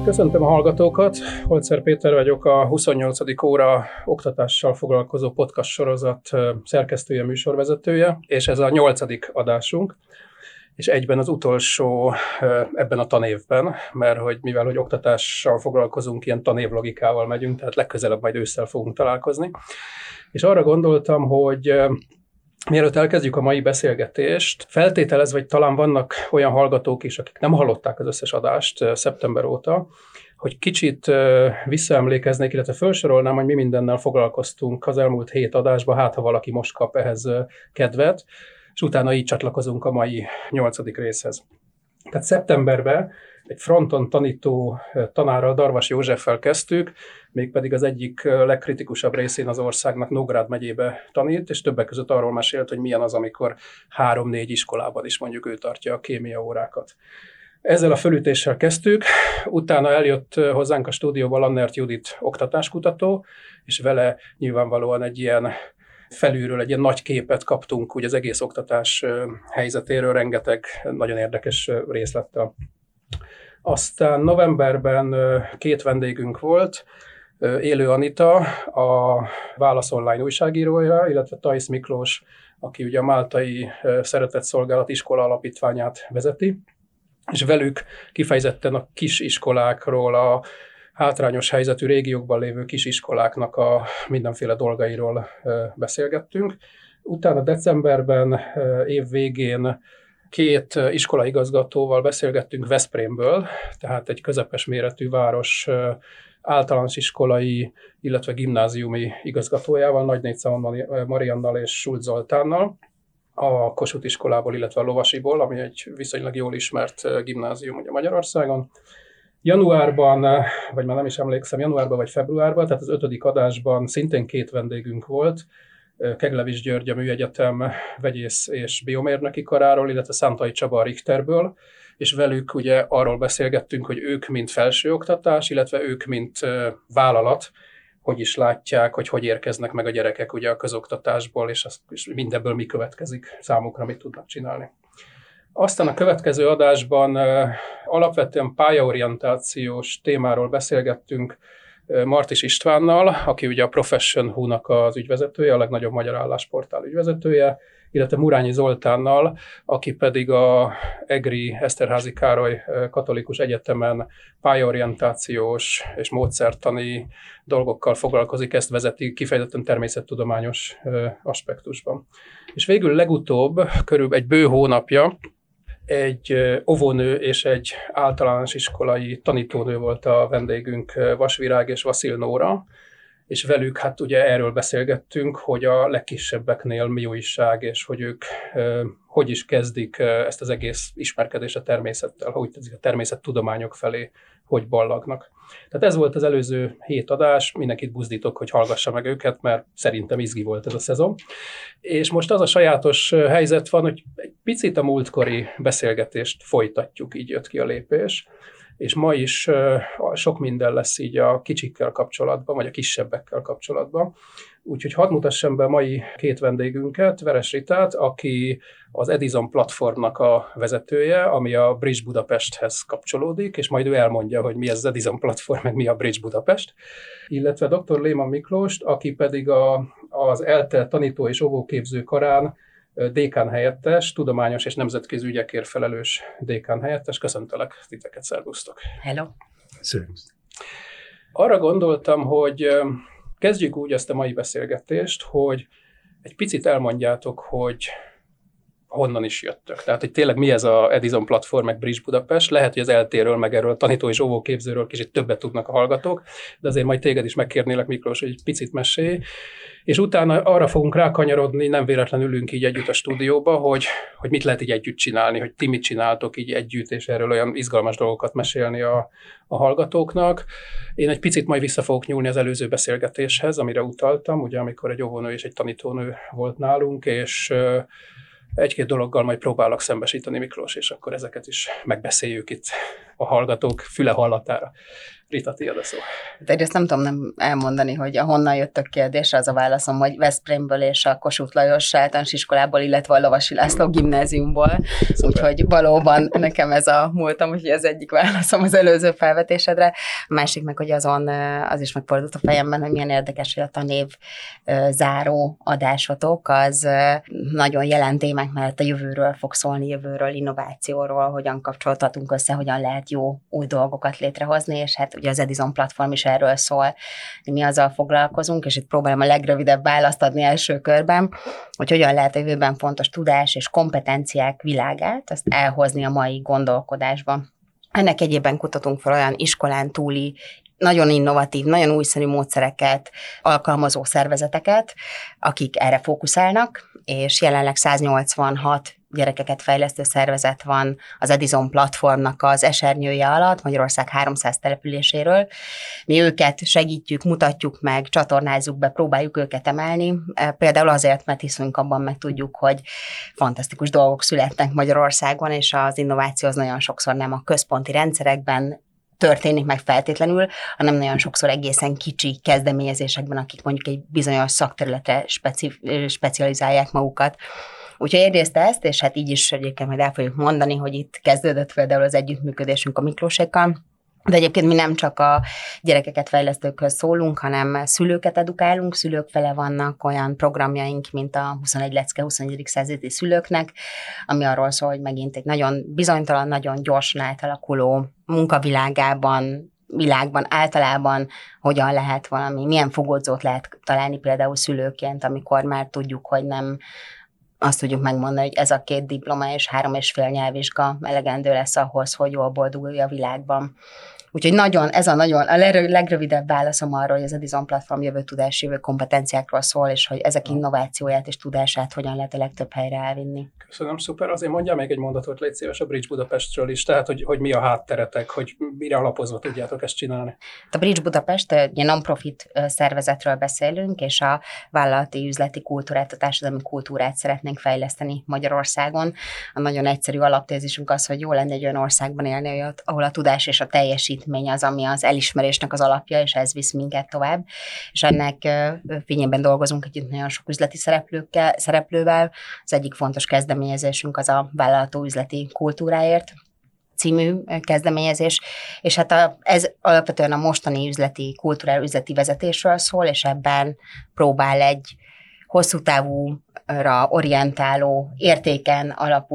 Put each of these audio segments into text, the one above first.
Köszöntöm a hallgatókat, Holzer Péter vagyok, a 28. óra oktatással foglalkozó podcast sorozat szerkesztője, műsorvezetője, és ez a 8. adásunk, és egyben az utolsó ebben a tanévben, mert mivel oktatással foglalkozunk, ilyen tanévlogikával megyünk, tehát legközelebb majd ősszel fogunk találkozni. És arra gondoltam, hogy mielőtt elkezdjük a mai beszélgetést, feltételezve, hogy talán vannak olyan hallgatók is, akik nem hallották az összes adást szeptember óta, hogy kicsit visszaemlékeznék, illetve felsorolnám, hogy mi mindennel foglalkoztunk az elmúlt 7 adásban, hát ha valaki most kap ehhez kedvet, és utána így csatlakozunk a mai 8. részhez. Tehát szeptemberben egy fronton tanító tanárral, Darvas Józseffel kezdtük, mégpedig az egyik legkritikusabb részén az országnak, Nógrád megyébe tanít, és többek között arról mesélt, hogy milyen az, amikor 3-4 iskolában is mondjuk ő tartja a kémia órákat. Ezzel a fölütéssel kezdtük, utána eljött hozzánk a stúdióba Lannert Judit oktatáskutató, és vele nyilvánvalóan egy ilyen felülről egy ilyen nagy képet kaptunk úgy az egész oktatás helyzetéről, rengeteg nagyon érdekes részlettel. Aztán novemberben 2 vendégünk volt, Élő Anita, a Válasz Online újságírója, illetve Thajsz Miklós, aki ugye a Máltai Szeretetszolgálat iskola alapítványát vezeti, és velük kifejezetten a kisiskolákról, a hátrányos helyzetű régiókban lévő kisiskoláknak a mindenféle dolgairól beszélgettünk. Utána decemberben, év végén 2 iskolaigazgatóval beszélgettünk Veszprémből, tehát egy közepes méretű város általános iskolai, illetve gimnáziumi igazgatójával, Nagynégyszámon Mariannal és Schulz Zoltánnal, a Kossuth iskolából, illetve a Lovasiból, ami egy viszonylag jól ismert gimnázium ugye Magyarországon. Januárban, vagy már nem is emlékszem, januárban vagy februárban, tehát az 5. adásban szintén 2 vendégünk volt, Keglevics György a Műegyetem vegyész és biomérnöki karáról, illetve Szántai Csaba a Richterből, és velük ugye arról beszélgettünk, hogy ők mint felsőoktatás, illetve ők mint vállalat, hogy is látják, hogy érkeznek meg a gyerekek ugye a közoktatásból, és mindebből mi következik számukra, mit tudnak csinálni. Aztán a következő adásban alapvetően pályaorientációs témáról beszélgettünk Martis Istvánnal, aki ugye a Profession.hu-nak az ügyvezetője, a legnagyobb magyar állásportál ügyvezetője, illetve Murányi Zoltánnal, aki pedig a EGRI Eszterházy Károly Katolikus Egyetemen pályaorientációs és módszertani dolgokkal foglalkozik, ezt vezeti kifejezetten természettudományos aspektusban. És végül legutóbb, körülbelül egy bő hónapja, egy óvónő és egy általános iskolai tanítónő volt a vendégünk, Vasvirág és Vaszil Nóra, és velük hát ugye erről beszélgettünk, hogy a legkisebbeknél mi újság, és hogy ők hogy is kezdik ezt az egész ismerkedést a természettel, hogy a természettudományok felé hogy ballagnak. Tehát ez volt az előző 7 adás, mindenkit buzdítok, hogy hallgassa meg őket, mert szerintem izgi volt ez a szezon. És most az a sajátos helyzet van, hogy egy picit a múltkori beszélgetést folytatjuk, így jött ki a lépés, és ma is sok minden lesz így a kicsikkel kapcsolatban, vagy a kisebbekkel kapcsolatban. Úgyhogy hadd mutassam be mai 2 vendégünket, Veres Ritát, aki az Edison platformnak a vezetője, ami a Bridge Budapesthez kapcsolódik, és majd ő elmondja, hogy mi ez az Edison platform, meg mi a Bridge Budapest, illetve dr. Léman Miklóst, aki pedig az ELTE tanító és óvóképző karán dékán helyettes, tudományos és nemzetközi ügyekért felelős dékán helyettes. Köszöntelek titeket, szervusztok! Hello! Szervusz! Arra gondoltam, hogy kezdjük úgy ezt a mai beszélgetést, hogy egy picit elmondjátok, hogy honnan is jöttök. Tehát, hogy tényleg mi ez a Edison platform, meg Bridge Budapest. Lehet, hogy az ELTE-ről, meg erről a tanító és óvóképzőről kicsit többet tudnak a hallgatók, de azért majd téged is megkérnélek, Miklós, hogy egy picit mesélj. És utána arra fogunk rákanyarodni, nem véletlenül ülünk így együtt a stúdióba, hogy mit lehet így együtt csinálni, hogy ti mit csináltok így együtt, és erről olyan izgalmas dolgokat mesélni a hallgatóknak. Én egy picit majd vissza fogok nyúlni az előző beszélgetéshez, amire utaltam, ugye amikor egy óvónő és egy tanítónő volt nálunk, és egy-két dologgal majd próbálok szembesíteni, Miklós, és akkor ezeket is megbeszéljük itt a hallgatók füle hallatára. Rita, tiéd a szó. De ezt nem tudom nem elmondani, hogy honnan jöttök kérdésre, az a válaszom, hogy Veszprémből és a Kossuth Lajos általános iskolából, illetve a Lovasi László gimnáziumból. Úgyhogy valóban nekem ez a múltam, úgyhogy az egyik válaszom az előző felvetésedre. A másik meg, hogy az is megfordult a fejemben, hogy milyen érdekes, hogy a tanév záró adásotok, az nagyon jelen témák mellett a jövőről fog szólni, jövőről, innovációról, hogyan kapcsoltatunk össze, hogyan lehet jó új dolgokat létrehozni, és hát ugye az Edison platform is erről szól, mi azzal foglalkozunk, és itt próbálom a legrövidebb választ adni első körben, hogy hogyan lehet a jövőben fontos tudás és kompetenciák világát, azt elhozni a mai gondolkodásba. Ennek egyében kutatunk fel olyan iskolán túli, nagyon innovatív, nagyon újszerű módszereket alkalmazó szervezeteket, akik erre fókuszálnak, és jelenleg 186 gyerekeket fejlesztő szervezet van az Edison platformnak az esernyője alatt, Magyarország 300 településéről. Mi őket segítjük, mutatjuk meg, csatornázzuk be, próbáljuk őket emelni. Például azért, mert hiszünk abban, meg tudjuk, hogy fantasztikus dolgok születnek Magyarországon, és az innováció az nagyon sokszor nem a központi rendszerekben történik meg feltétlenül, hanem nagyon sokszor egészen kicsi kezdeményezésekben, akik mondjuk egy bizonyos szakterületre specializálják magukat. Úgyhogy egyrészt ezt, és hát így is egyébként majd el fogjuk mondani, hogy itt kezdődött például az együttműködésünk a Miklósékkal, de egyébként mi nem csak a gyerekeket fejlesztőkhöz szólunk, hanem szülőket edukálunk, szülők fele vannak olyan programjaink, mint a 21 lecke 21. századi szülőknek, ami arról szól, hogy megint egy nagyon bizonytalan, nagyon gyorsan átalakuló munkavilágában, világban általában hogyan lehet valami, milyen fogódzót lehet találni például szülőként, amikor már tudjuk, hogy nem azt tudjuk megmondani, hogy ez a 2 diploma és 3,5 nyelvvizsga elegendő lesz ahhoz, hogy jól boldogulj a világban. Úgyhogy ez a legrövidebb válaszom arra, hogy az Edison platform jövő tudás, jövő kompetenciákról szól, és hogy ezek innovációját és tudását hogyan lehet a legtöbb helyre elvinni. Köszönöm, szuper. Azért mondjál még egy mondatot, légy szíves a Bridge Budapestről is, tehát hogy mi a hátteretek, hogy mire alapozva tudjátok ezt csinálni. A Bridge Budapest egy non-profit szervezetről beszélünk, és a vállalati üzleti kultúrát, a társadalmi kultúrát szeretnénk fejleszteni Magyarországon. A nagyon egyszerű alaptézisünk az, hogy jó lenne egy olyan országban élni, ahol a tudás és a teljesítmény az, ami az elismerésnek az alapja, és ez visz minket tovább. És ennek fényében dolgozunk együtt nagyon sok üzleti szereplővel. Az egyik fontos kezdeményezésünk az a vállalatú üzleti kultúráért című kezdeményezés, és hát ez alapvetően a mostani üzleti kultúráról, üzleti vezetésről szól, és ebben próbál egy hosszú távúra orientáló, értékeken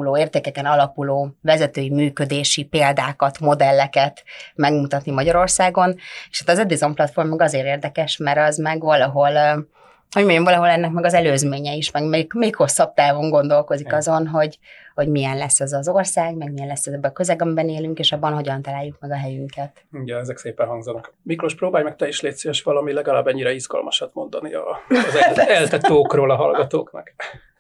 alapuló vezetői működési példákat, modelleket megmutatni Magyarországon. És hát az Edison platform meg azért érdekes, mert az meg valahol ennek meg az előzménye is, meg még hosszabb távon gondolkozik azon, hogy milyen lesz ez az ország, meg milyen lesz ez ebben a közeg, amiben élünk, és abban hogyan találjuk meg a helyünket. Igen, ezek szépen hangzanak. Miklós, próbálj meg te is, légy szíves, valami legalább ennyire izgalmasat mondani az eltettókról a hallgatóknak.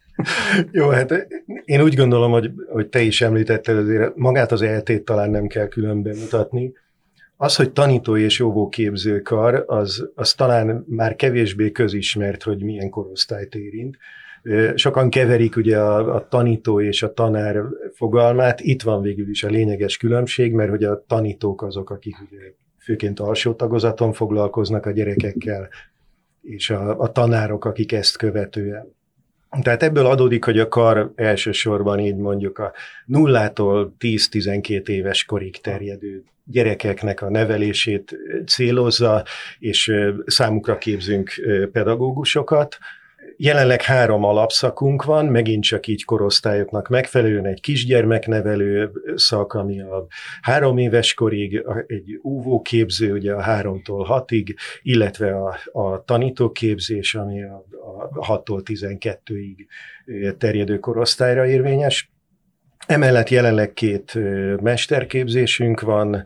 Jó, hát én úgy gondolom, hogy te is említetted, azért magát az ELT-t talán nem kell különben mutatni. Az, hogy tanító és óvóképzőkar, az talán már kevésbé közismert, hogy milyen korosztályt érint. Sokan keverik ugye a tanító és a tanár fogalmát. Itt van végül is a lényeges különbség, mert hogy a tanítók azok, akik ugye főként alsó tagozaton foglalkoznak a gyerekekkel, és a tanárok, akik ezt követően. Tehát ebből adódik, hogy a kar elsősorban így mondjuk a 0-tól 10-12 éves korig terjedő gyerekeknek a nevelését célozza, és számukra képzünk pedagógusokat. Jelenleg 3 alapszakunk van, megint csak így korosztályoknak megfelelően egy kisgyermeknevelő szak, ami a 3 éves korig, egy óvóképző, ugye a 3-tól 6-ig, illetve a tanítóképzés, ami a 6-tól 12-ig terjedő korosztályra érvényes. Emellett jelenleg 2 mesterképzésünk van,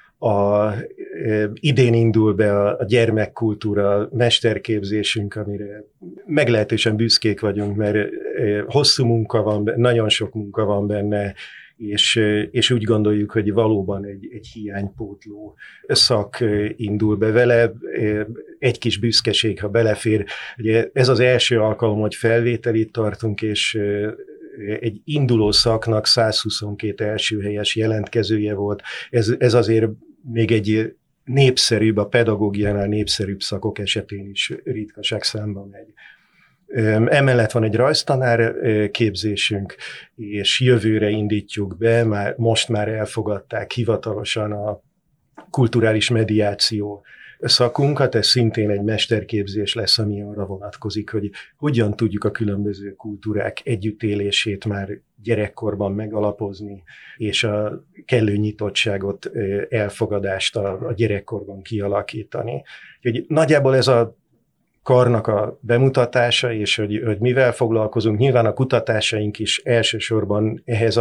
idén indul be a gyermekkultúra mesterképzésünk, amire meglehetősen büszkék vagyunk, mert hosszú munka van, nagyon sok munka van benne, és úgy gondoljuk, hogy valóban egy hiánypótló szak indul be vele. Egy kis büszkeség, ha belefér. Ugye ez az első alkalom, hogy felvételit tartunk, és egy induló szaknak 122 első helyes jelentkezője volt. Ez azért még egy népszerűbb, a pedagógiánál népszerűbb szakok esetén is ritkaság számba megy. Emellett van egy rajztanár képzésünk, és jövőre indítjuk be, most már elfogadták hivatalosan a kulturális mediáció szakunkat, ez szintén egy mesterképzés lesz, ami arra vonatkozik, hogy hogyan tudjuk a különböző kultúrák együttélését már gyerekkorban megalapozni, és a kellő nyitottságot, elfogadást a gyerekkorban kialakítani. Úgyhogy nagyjából ez a karnak a bemutatása, és hogy mivel foglalkozunk. Nyilván a kutatásaink is elsősorban ehhez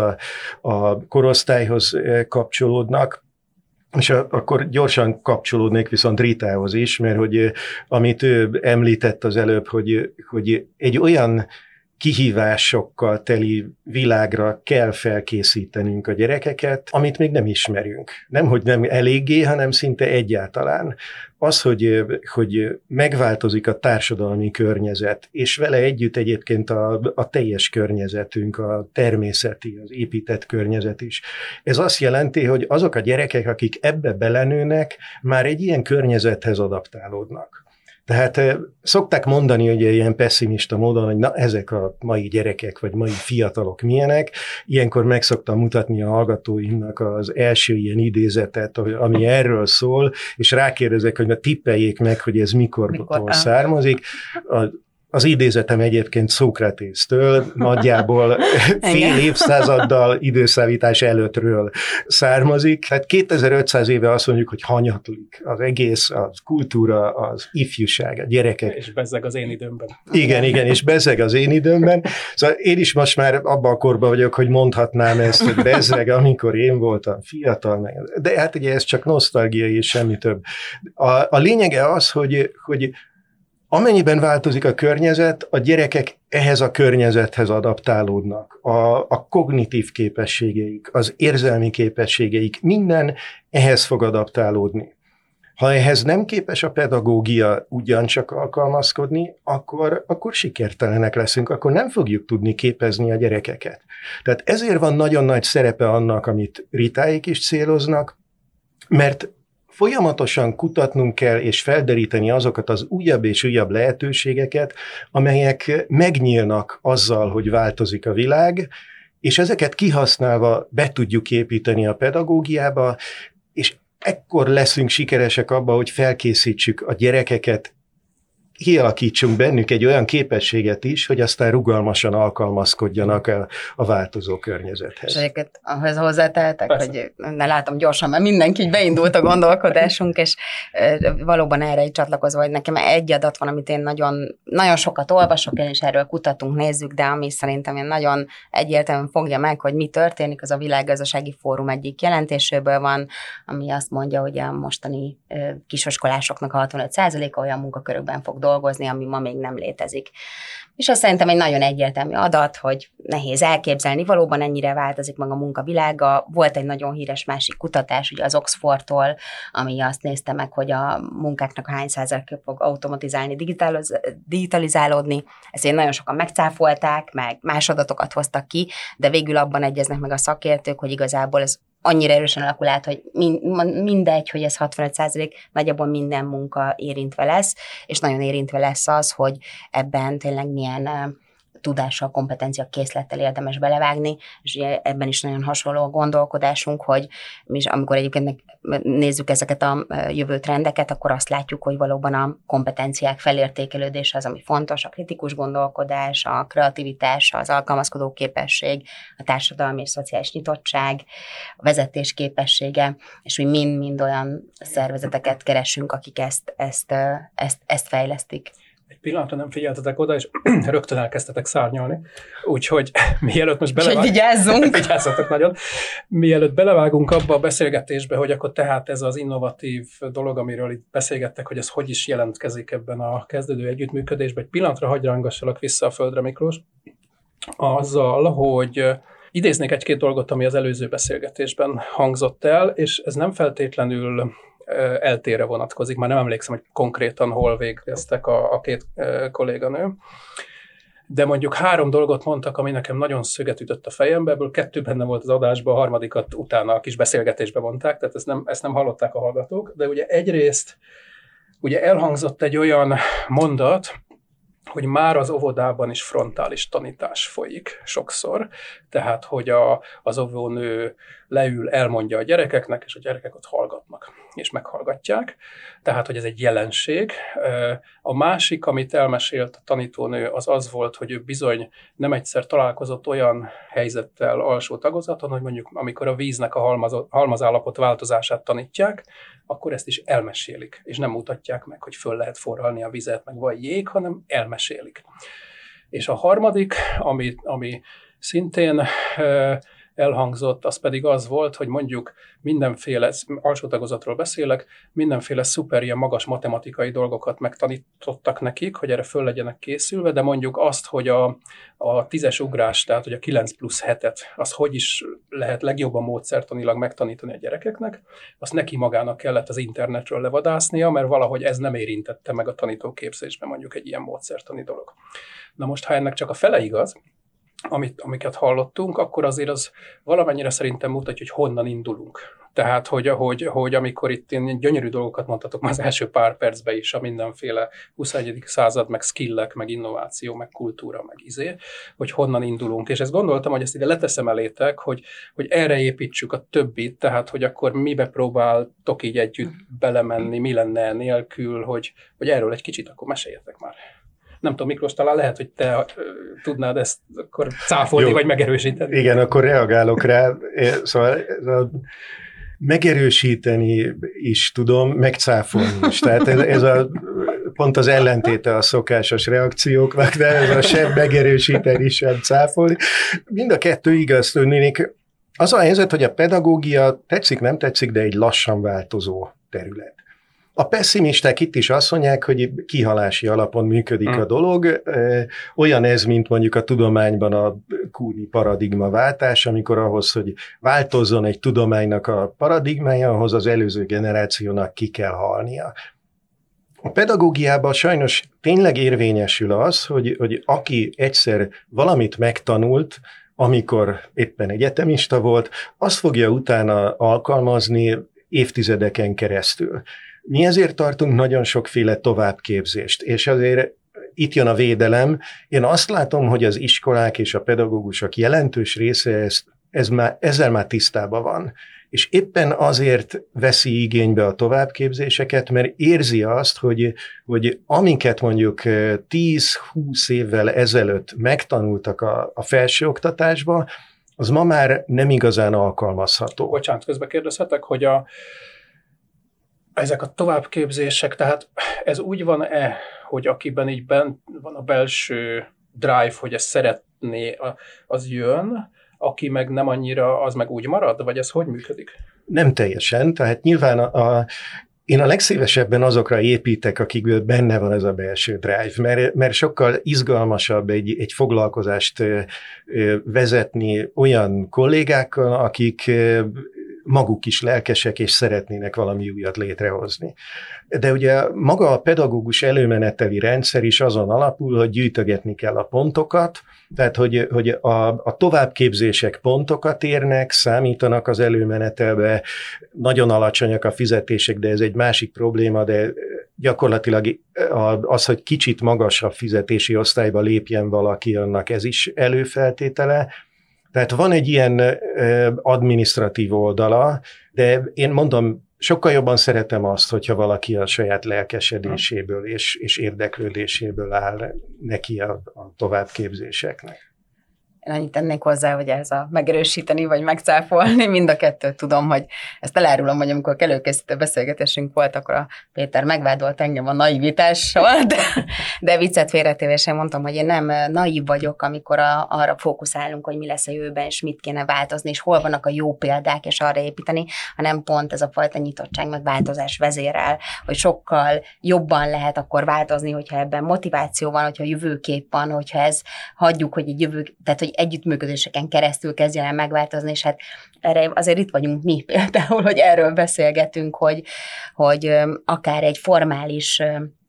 a korosztályhoz kapcsolódnak, és akkor gyorsan kapcsolódnék viszont Ritához is, mert hogy amit ő említett az előbb, hogy egy olyan kihívásokkal teli világra kell felkészítenünk a gyerekeket, amit még nem ismerünk. Nemhogy nem eléggé, hanem szinte egyáltalán. Az, hogy megváltozik a társadalmi környezet, és vele együtt egyébként a teljes környezetünk, a természeti, az épített környezet is. Ez azt jelenti, hogy azok a gyerekek, akik ebbe belenőnek, már egy ilyen környezethez adaptálódnak. Tehát szokták mondani, hogy ilyen pessimista módon, hogy na ezek a mai gyerekek, vagy mai fiatalok milyenek. Ilyenkor meg szoktam mutatni a hallgatóimnak az első ilyen idézetet, ami erről szól, és rákérdezek, hogy tippeljék meg, hogy ez mikortól származik. Az idézetem egyébként Szókratésztől nagyjából fél évszázaddal időszámítás előttről származik. Hát 2500 éve azt mondjuk, hogy hanyatlik az egész, a kultúra, az ifjúság, a gyerekek. És bezzeg az én időmben. Igen, és bezzeg az én időmben. Szóval én is most már abban a korban vagyok, hogy mondhatnám ezt, hogy bezzeg, amikor én voltam fiatal. De hát ugye ez csak nosztalgia és semmi több. A lényege az, hogy amennyiben változik a környezet, a gyerekek ehhez a környezethez adaptálódnak. A kognitív képességeik, az érzelmi képességeik, minden ehhez fog adaptálódni. Ha ehhez nem képes a pedagógia ugyancsak alkalmazkodni, akkor sikertelenek leszünk, akkor nem fogjuk tudni képezni a gyerekeket. Tehát ezért van nagyon nagy szerepe annak, amit Ritáik is céloznak, mert folyamatosan kutatnunk kell és felderíteni azokat az újabb és újabb lehetőségeket, amelyek megnyílnak azzal, hogy változik a világ, és ezeket kihasználva be tudjuk építeni a pedagógiába, és ekkor leszünk sikeresek abban, hogy felkészítsük a gyerekeket, kialakítsunk bennük egy olyan képességet is, hogy aztán rugalmasan alkalmazkodjanak a változó környezethez. És egyébként ahhoz hozzátehetek, hogy ne látom gyorsan, mert mindenki beindult a gondolkodásunk, és valóban erre is csatlakozva, hogy nekem egy adat van, amit én nagyon, nagyon sokat olvasok, és erről kutatunk, nézzük, de ami szerintem én nagyon egyértelműen fogja meg, hogy mi történik, az a Világgazdasági Fórum egyik jelentéséből van, ami azt mondja, hogy a mostani kisiskolásoknak a 65%-a olyan munkakörökben fog dolgozni, ami ma még nem létezik. És azt szerintem egy nagyon egyértelmű adat, hogy nehéz elképzelni, valóban ennyire változik meg a munkavilága. Volt egy nagyon híres másik kutatás, ugye az Oxfordtól, ami azt nézte meg, hogy a munkáknak hány százaléka fog automatizálni, digitalizálódni. Ezt én nagyon sokan megcáfolták, meg más adatokat hoztak ki, de végül abban egyeznek meg a szakértők, hogy igazából ez annyira erősen alakul át, hogy mindegy, hogy ez 65%, nagyjából minden munka érintve lesz, és nagyon érintve lesz az, hogy ebben tényleg milyen tudással, kompetencia készlettel érdemes belevágni, és ugye ebben is nagyon hasonló a gondolkodásunk, hogy mi is, amikor egyébként nézzük ezeket a jövő trendeket, akkor azt látjuk, hogy valóban a kompetenciák felértékelődése az, ami fontos, a kritikus gondolkodás, a kreativitás, az alkalmazkodó képesség, a társadalmi és szociális nyitottság, a vezetés képessége, és mi mind olyan szervezeteket keresünk, akik ezt fejlesztik. Egy pillanatra nem figyeltetek oda, és rögtön elkezdtetek szárnyalni. Úgyhogy mielőtt most belevágunk... Vigyázzunk! Vigyázzatok nagyon! Mielőtt belevágunk abba a beszélgetésbe, hogy akkor tehát ez az innovatív dolog, amiről itt beszélgettek, hogy ez hogy is jelentkezik ebben a kezdődő együttműködésben, egy pillanatra hagyj rángassalak vissza a földre, Miklós, azzal, hogy idéznék egy-két dolgot, ami az előző beszélgetésben hangzott el, és ez nem feltétlenül eltérre vonatkozik, már nem emlékszem, hogy konkrétan hol végeztek a két kolléganő. de mondjuk 3 dolgot mondtak, ami nekem nagyon szöget ütött a fejembe, ebből 2 benne volt az adásban, a harmadikat utána a kis beszélgetésbe mondták, tehát ezt nem hallották a hallgatók, de ugye egyrészt ugye elhangzott egy olyan mondat, hogy már az óvodában is frontális tanítás folyik sokszor, tehát hogy az óvónő leül, elmondja a gyerekeknek, és a gyerekek ott hallgatnak, és meghallgatják, tehát hogy ez egy jelenség. A másik, amit elmesélt a tanítónő, az volt, hogy ő bizony nem egyszer találkozott olyan helyzettel alsó tagozaton, hogy mondjuk amikor a víznek a halmazállapot változását tanítják, akkor ezt is elmesélik, és nem mutatják meg, hogy föl lehet forralni a vizet, meg vagy jég, hanem elmesélik. És a harmadik, ami szintén elhangzott, az pedig az volt, hogy mondjuk mindenféle, alsó tagozatról beszélek, mindenféle szuper ilyen magas matematikai dolgokat megtanítottak nekik, hogy erre föl legyenek készülve, de mondjuk azt, hogy a 10-es ugrás, tehát hogy a 9+7-et, az hogy is lehet legjobban módszertanilag megtanítani a gyerekeknek, azt neki magának kellett az internetről levadásznia, mert valahogy ez nem érintette meg a tanítóképzésben mondjuk egy ilyen módszertani dolog. Na most, ha ennek csak a fele igaz, amiket hallottunk, akkor azért az valamennyire szerintem mutatja, hogy honnan indulunk. Tehát, hogy amikor itt én gyönyörű dolgokat mondhatok már az első pár percben is, a mindenféle 21. század, meg skillek, meg innováció, meg kultúra, meg hogy honnan indulunk. És ezt gondoltam, hogy ezt ide leteszem elétek, hogy erre építsük a többit, tehát, hogy akkor mibe próbáltok így együtt belemenni, mi lenne nélkül, hogy erről egy kicsit akkor meséljetek már. Nem tudom, Miklós, talán lehet, hogy te tudnád ezt akkor cáfolni, vagy megerősíteni. Igen, akkor reagálok rá. Szóval megerősíteni is tudom, megcáfolni is. Tehát ez pont az ellentéte a szokásos reakcióknak, de ez a sem megerősíteni, sem cáfolni. Mind a kettő igaz, tudnék. Az a helyzet, hogy a pedagógia tetszik, nem tetszik, de egy lassan változó terület. A pesszimisták itt is azt mondják, hogy kihalási alapon működik a dolog. Olyan ez, mint mondjuk a tudományban a Kuhni paradigmaváltás, amikor ahhoz, hogy változzon egy tudománynak a paradigmája, ahhoz az előző generációnak ki kell halnia. A pedagógiában sajnos tényleg érvényesül az, hogy aki egyszer valamit megtanult, amikor éppen egyetemista volt, azt fogja utána alkalmazni évtizedeken keresztül. Mi ezért tartunk nagyon sokféle továbbképzést, és azért itt jön a védelem. Én azt látom, hogy az iskolák és a pedagógusok jelentős része ezzel már tisztában van. És éppen azért veszi igénybe a továbbképzéseket, mert érzi azt, hogy amiket mondjuk 10-20 évvel ezelőtt megtanultak a felsőoktatásba, az ma már nem igazán alkalmazható. Bocsánat, közbe kérdezhetek, hogy ezek a továbbképzések, tehát ez úgy van-e, hogy akiben így bent van a belső drive, hogy ezt szeretné, az jön, aki meg nem annyira, az meg úgy marad, vagy ez hogy működik? Nem teljesen, tehát nyilván én a legszívesebben azokra építek, akikből benne van ez a belső drive, mert sokkal izgalmasabb egy foglalkozást vezetni olyan kollégákkal, akik maguk is lelkesek, és szeretnének valami újat létrehozni. De ugye maga a pedagógus előmeneteli rendszer is azon alapul, hogy gyűjtögetni kell a pontokat, tehát hogy a továbbképzések pontokat érnek, számítanak az előmenetelbe, nagyon alacsonyak a fizetések, de ez egy másik probléma, de gyakorlatilag az, hogy kicsit magasabb fizetési osztályba lépjen valaki, annak ez is előfeltétele. Tehát van egy ilyen adminisztratív oldala, de én mondom, sokkal jobban szeretem azt, hogyha valaki a saját lelkesedéséből és érdeklődéséből áll neki a továbbképzéseknek. Én annyit tennék hozzá, hogy ez a megerősíteni vagy megcáfolni, mind a kettőt tudom, hogy ezt elárulom, hogy amikor előkészítő beszélgetésünk volt, akkor a Péter megvádolt engem a naivitással, de viccet félretévésen mondtam, hogy én nem naív vagyok, amikor arra fókuszálunk, hogy mi lesz a jövőben, és mit kéne változni, és hol vannak a jó példák, és arra építeni, hanem pont ez a fajta nyitottság, meg változás vezérel, hogy sokkal jobban lehet akkor változni, hogyha ebben motiváció van, hogyha jövőkép van, hogyha ez hagyjuk, hogy egy jövő, tehát hogy együttműködéseken keresztül kezdjen el megváltozni, és hát erre azért itt vagyunk mi például, hogy erről beszélgetünk, hogy akár egy formális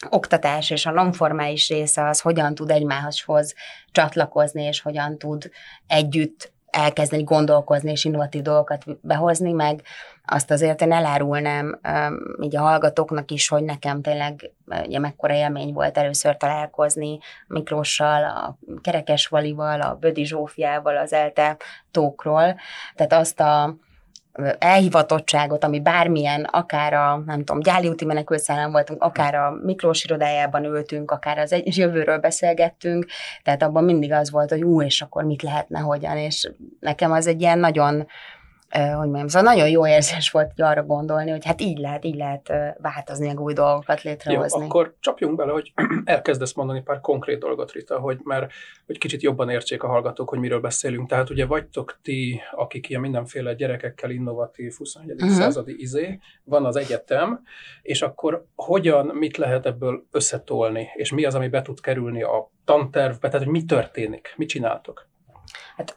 oktatás és a nonformális része az hogyan tud egymáshoz csatlakozni, és hogyan tud együtt elkezdeni gondolkozni és innovatív dolgokat behozni, meg azt azért én elárulnám így a hallgatóknak is, hogy nekem tényleg ugye mekkora élmény volt először találkozni Miklóssal, a Kerekes Valival, a Bödi Zsófiával, az ELTE Talkról. Tehát azt a elhivatottságot, ami bármilyen, akár a, nem tudom, Gyáli úti menekültszállán voltunk, akár a Miklós irodájában ültünk, akár az egy jövőről beszélgettünk, tehát abban mindig az volt, hogy és akkor mit lehetne, hogyan, és nekem az egy ilyen nagyon, hogy mondjam, szóval nagyon jó érzés volt arra gondolni, hogy hát így lehet változni, meg új dolgokat létrehozni. Jó, akkor csapjunk bele, hogy elkezdesz mondani pár konkrét dolgot, Rita, hogy kicsit jobban értsék a hallgatók, hogy miről beszélünk. Tehát ugye vagytok ti, akik ilyen mindenféle gyerekekkel innovatív 21. századi van az egyetem, és akkor mit lehet ebből összetolni, és mi az, ami be tud kerülni a tantervbe, tehát hogy mi történik, mit csináltok? Hát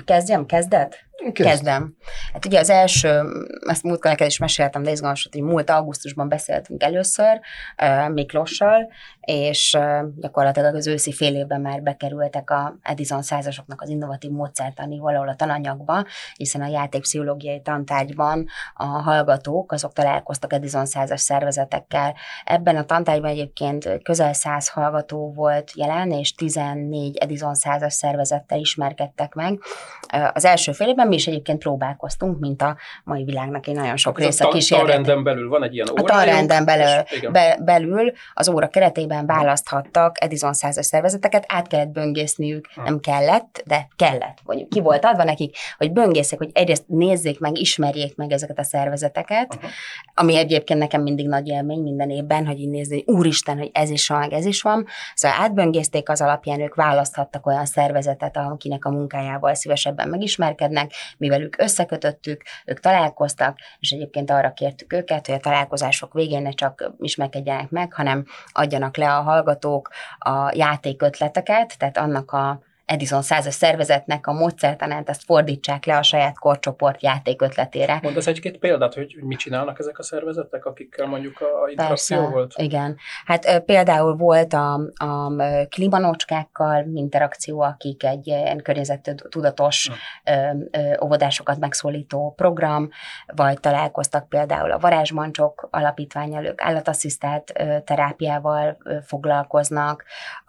Kezdem. Hát ugye az első, ezt múltkor neked is meséltem, de izgalmas, hogy múlt augusztusban beszéltünk először Miklóssal, és gyakorlatilag az őszi fél évben már bekerültek a Edison százasoknak az innovatív módszertani valahol a tananyagba, hiszen a játékpszichológiai tantárgyban a hallgatók, azok találkoztak Edison százas szervezetekkel. Ebben a tantárgyban egyébként közel 100 hallgató volt jelen, és 14 Edison százas szervezettel ismerkedtek meg. Az első fél évben mi is egyébként próbálkoztunk, mint a mai világnak egy nagyon sok része kísérlet. A tanrenden belül van egy ilyen órájuk? A tanrenden belül az óra keretében választhattak Edison százas szervezeteket, át kellett böngészniük, nem kellett, de kellett. Mondjuk ki volt adva nekik, hogy böngészék, hogy egyrészt nézzék meg, ismerjék meg ezeket a szervezeteket, ami egyébként nekem mindig nagy élmény minden évben, hogy így nézni, hogy úristen, hogy ez is van, meg ez is van. Szóval átböngészték, az alapján ők választhattak olyan szervezetet, akinek a munkájával szívesebben megismerkednek, mivel ők összekötöttük, ők találkoztak, és egyébként arra kértük őket, hogy a találkozások végén ne csak ismerkedjenek meg, hanem adjanak le a hallgatók a játékötleteket, tehát annak a Edison százas szervezetnek a módszertanát, ezt fordítsák le a saját korcsoport játékötletére. Mondasz egy-két példát, hogy mit csinálnak ezek a szervezetek, akikkel mondjuk a interakció volt? Igen. Hát például volt a klímanócskákkal interakció, akik egy ilyen környezettudatos óvodásokat megszólító program, vagy találkoztak például a Varázsmancsok alapítvánnyal, ők állatasszisztált terápiával foglalkoznak.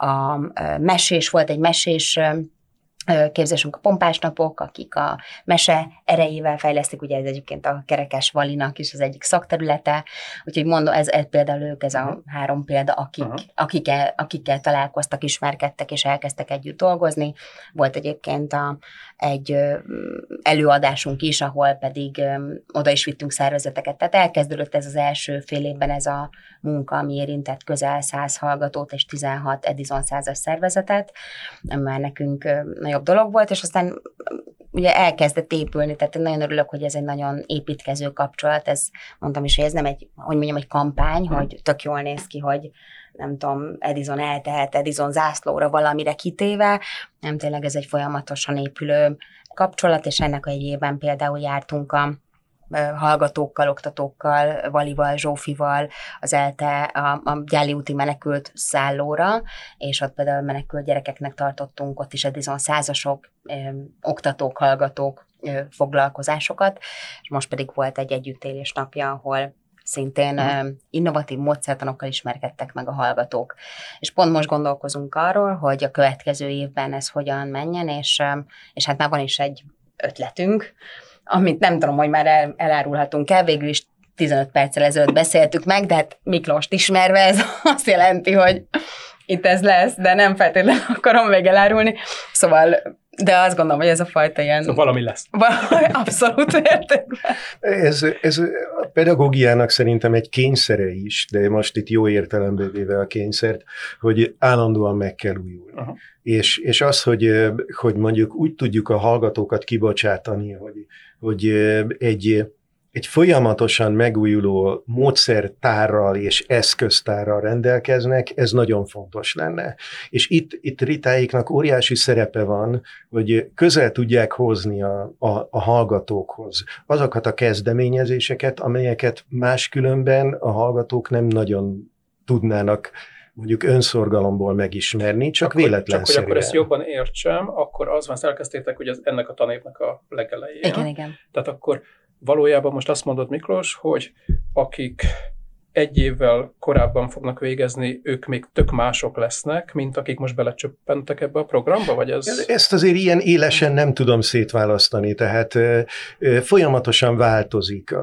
Volt egy mesés képzésünk a Pompásnapok, akik a mese erejével fejlesztik, ugye ez egyébként a Kerekes Valinak is az egyik szakterülete, úgyhogy mondom, ez például ők, ez a 3 példa, akikkel találkoztak, ismerkedtek és elkezdtek együtt dolgozni. Volt egyébként egy előadásunk is, ahol pedig oda is vittünk szervezeteket. Tehát elkezdődött ez az első fél évben ez a munka, ami érintett közel 100 hallgatót és 16 Edison százas szervezetet. Már nekünk nagyobb dolog volt, és aztán ugye elkezdett épülni, tehát nagyon örülök, hogy ez egy nagyon építkező kapcsolat, ez mondtam is, hogy ez nem egy kampány, hogy tök jól néz ki, hogy nem tudom, Edison eltehet Edison zászlóra valamire kitéve, nem, tényleg ez egy folyamatosan épülő kapcsolat, és ennek a jegyében például jártunk a hallgatókkal, oktatókkal, Valival, Zsófival, az ELTE a Gyáli úti menekült szállóra, és ott például menekült gyerekeknek tartottunk ott is Edison százasok, oktatók, hallgatók foglalkozásokat, és most pedig volt egy együttélés napja, ahol szintén innovatív módszertanokkal ismerkedtek meg a hallgatók. És pont most gondolkozunk arról, hogy a következő évben ez hogyan menjen, és hát már van is egy ötletünk, amit nem tudom, hogy már elárulhatunk el, végül is 15 perccel ezelőtt beszéltük meg, de hát Miklóst ismerve ez azt jelenti, hogy itt ez lesz, de nem feltétlenül akarom még elárulni. Szóval, de azt gondolom, hogy ez a fajta ilyen... Szóval valami lesz. Abszolút értékben. Ez a pedagógiának szerintem egy kényszere is, de most itt jó értelemben véve a kényszert, hogy állandóan meg kell újulni. És az, hogy mondjuk úgy tudjuk a hallgatókat kibocsátani, hogy egy folyamatosan megújuló módszertárral és eszköztárral rendelkeznek, ez nagyon fontos lenne. És itt Ritáiknak óriási szerepe van, hogy közel tudják hozni a hallgatókhoz azokat a kezdeményezéseket, amelyeket máskülönben a hallgatók nem nagyon tudnának mondjuk önszorgalomból megismerni, csak véletlenszerűen. Csak hogy akkor ezt jobban értsem, akkor az van, elkezdtétek, hogy ennek a tanévnek a legelején. Igen. Tehát akkor valójában most azt mondod, Miklós, hogy akik egy évvel korábban fognak végezni, ők még tök mások lesznek, mint akik most belecsöppentek ebbe a programba, vagy ez? Ezt azért ilyen élesen nem tudom szétválasztani, tehát folyamatosan változik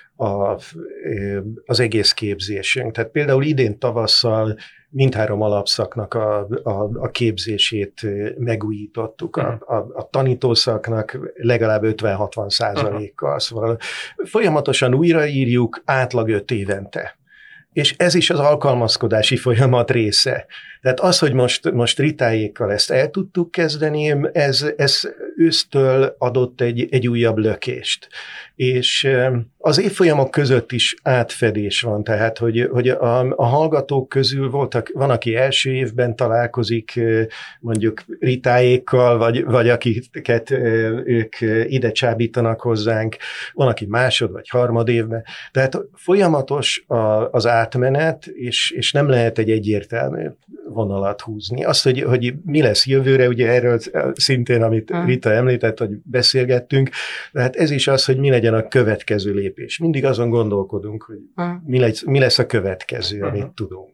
az egész képzésünk. Tehát például idén tavasszal mindhárom alapszaknak a képzését megújítottuk. A tanítószaknak legalább 50-60%-kal. Szóval folyamatosan újraírjuk, átlag 5 évente. És ez is az alkalmazkodási folyamat része. Tehát az, hogy most Ritáékkal ezt el tudtuk kezdeni, ez ősztől adott egy újabb lökést. És az évfolyamok között is átfedés van, tehát hogy a hallgatók közül van, aki első évben találkozik mondjuk Ritáékkal, vagy akiket ők ide csábítanak hozzánk, van, aki másod vagy harmad évben. Tehát folyamatos az átmenet, és nem lehet egy egyértelmű vonalat húzni. Azt, hogy mi lesz jövőre, ugye erről szintén, amit Rita említett, hogy beszélgettünk, tehát ez is az, hogy mi legyen a következő lépés. Mindig azon gondolkodunk, hogy mi lesz a következő, amit tudunk.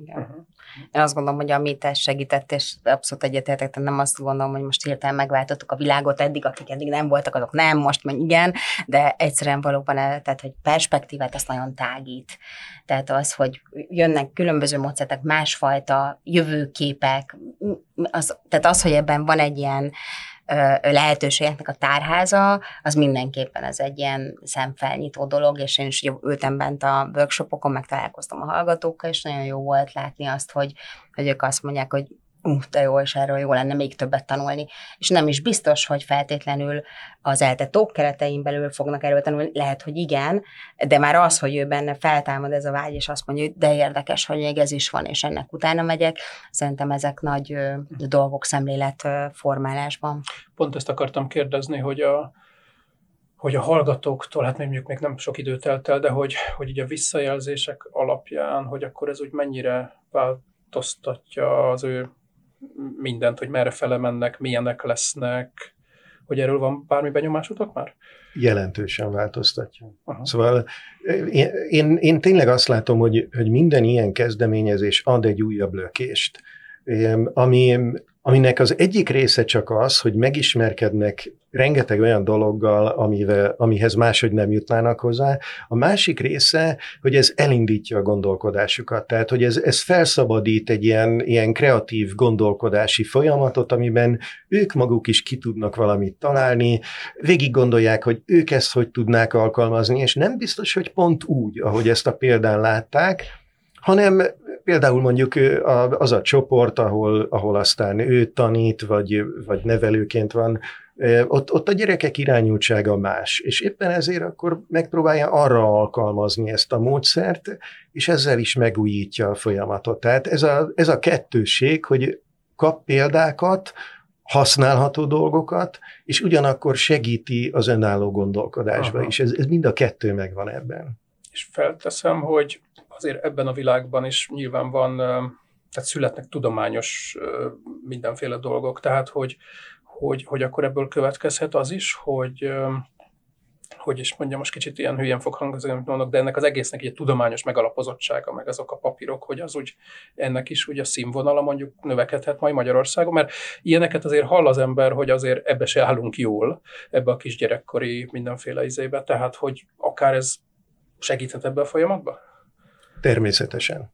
Én azt gondolom, hogy amit ez segített, és abszolút egyetértek, nem azt gondolom, hogy most hirtelen megváltottuk a világot akik eddig nem voltak, azok nem, most meg igen, de egyszerűen valóban, tehát, hogy perspektívát azt nagyon tágít. Tehát az, hogy jönnek különböző módszerek, másfajta jövőképek, tehát az, hogy ebben van egy ilyen lehetőségeknek a tárháza, az mindenképpen ez egy ilyen szemfelnyitó dolog, és én is ültem bent a workshopokon, meg találkoztam a hallgatókkal, és nagyon jó volt látni azt, hogy ők azt mondják, hogy de jó, és erről jó lenne még többet tanulni. És nem is biztos, hogy feltétlenül az ELTE keretein belül fognak erről tanulni, lehet, hogy igen, de már az, hogy ő benne feltámad ez a vágy, és azt mondja, hogy de érdekes, hogy még ez is van, és ennek utána megyek, szerintem ezek nagy dolgok szemléletformálásban. Pont ezt akartam kérdezni, hogy a hallgatóktól, hát mondjuk még nem sok időt telt el, de hogy így a visszajelzések alapján, hogy akkor ez úgy mennyire változtatja az ő mindent, hogy merre fele mennek, milyenek lesznek, hogy erről van bármi benyomásotok már? Jelentősen változtatja. Aha. Szóval én tényleg azt látom, hogy minden ilyen kezdeményezés ad egy újabb lökést, aminek az egyik része csak az, hogy megismerkednek rengeteg olyan dologgal, amihez máshogy nem jutnának hozzá. A másik része, hogy ez elindítja a gondolkodásukat. Tehát, hogy ez felszabadít egy ilyen kreatív gondolkodási folyamatot, amiben ők maguk is ki tudnak valamit találni, végig gondolják, hogy ők ezt hogy tudnák alkalmazni, és nem biztos, hogy pont úgy, ahogy ezt a példán látták, hanem például mondjuk az a csoport, ahol aztán ő tanít, vagy nevelőként van, ott a gyerekek irányultsága más, és éppen ezért akkor megpróbálja arra alkalmazni ezt a módszert, és ezzel is megújítja a folyamatot. Tehát ez a kettősség, hogy kap példákat, használható dolgokat, és ugyanakkor segíti az önálló gondolkodásba is. Ez mind a kettő megvan ebben. És felteszem, hogy azért ebben a világban is nyilván van, tehát születnek tudományos mindenféle dolgok, tehát hogy akkor ebből következhet az is, hogy is mondjam, most kicsit ilyen hülyen fog hangozni, amit mondok, de ennek az egésznek egy tudományos megalapozottsága, meg azok a papírok, hogy az úgy, ennek is úgy a színvonala mondjuk növekedhet majd Magyarországon, mert ilyeneket azért hall az ember, hogy azért ebbe se állunk jól, ebbe a kisgyerekkori mindenféle izébe, tehát hogy akár ez segíthet ebbe a folyamatba? Természetesen.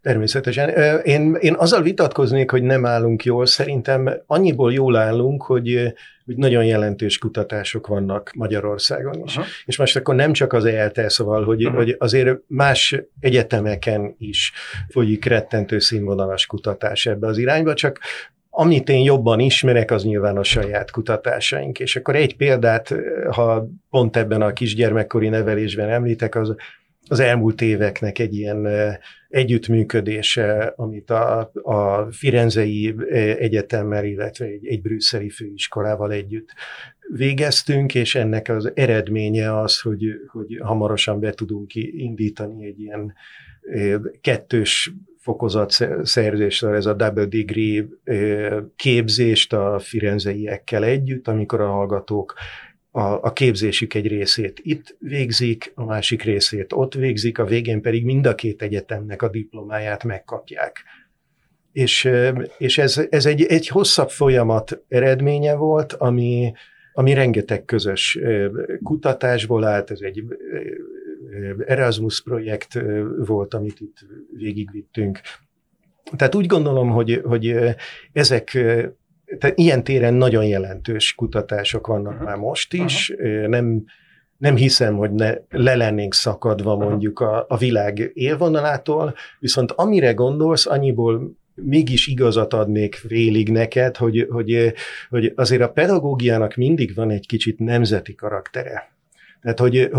Én azzal vitatkoznék, hogy nem állunk jól. Szerintem annyiból jól állunk, hogy nagyon jelentős kutatások vannak Magyarországon is. Uh-huh. És most akkor nem csak az ELTE, szóval, hogy azért más egyetemeken is folyik rettentő színvonalas kutatás ebbe az irányba, csak amit én jobban ismerek, az nyilván a saját kutatásaink. És akkor egy példát, ha pont ebben a kisgyermekkori nevelésben említek, az elmúlt éveknek egy ilyen együttműködése, amit a Firenzei Egyetemmel, illetve egy brüsszeli főiskolával együtt végeztünk, és ennek az eredménye az, hogy hamarosan be tudunk indítani egy ilyen kettős fokozatszerzésre, ez a double degree képzést a firenzeiekkel együtt, amikor a hallgatók a képzésük egy részét itt végzik, a másik részét ott végzik, a végén pedig mind a két egyetemnek a diplomáját megkapják. És ez egy hosszabb folyamat eredménye volt, ami rengeteg közös kutatásból állt, ez egy Erasmus projekt volt, amit itt végigvittünk. Tehát úgy gondolom, hogy ezek, tehát ilyen téren nagyon jelentős kutatások vannak már most is. Nem hiszem, hogy le lennénk szakadva mondjuk a világ élvonalától, viszont amire gondolsz, annyiból mégis igazat adnék félig neked, hogy azért a pedagógiának mindig van egy kicsit nemzeti karaktere. Tehát,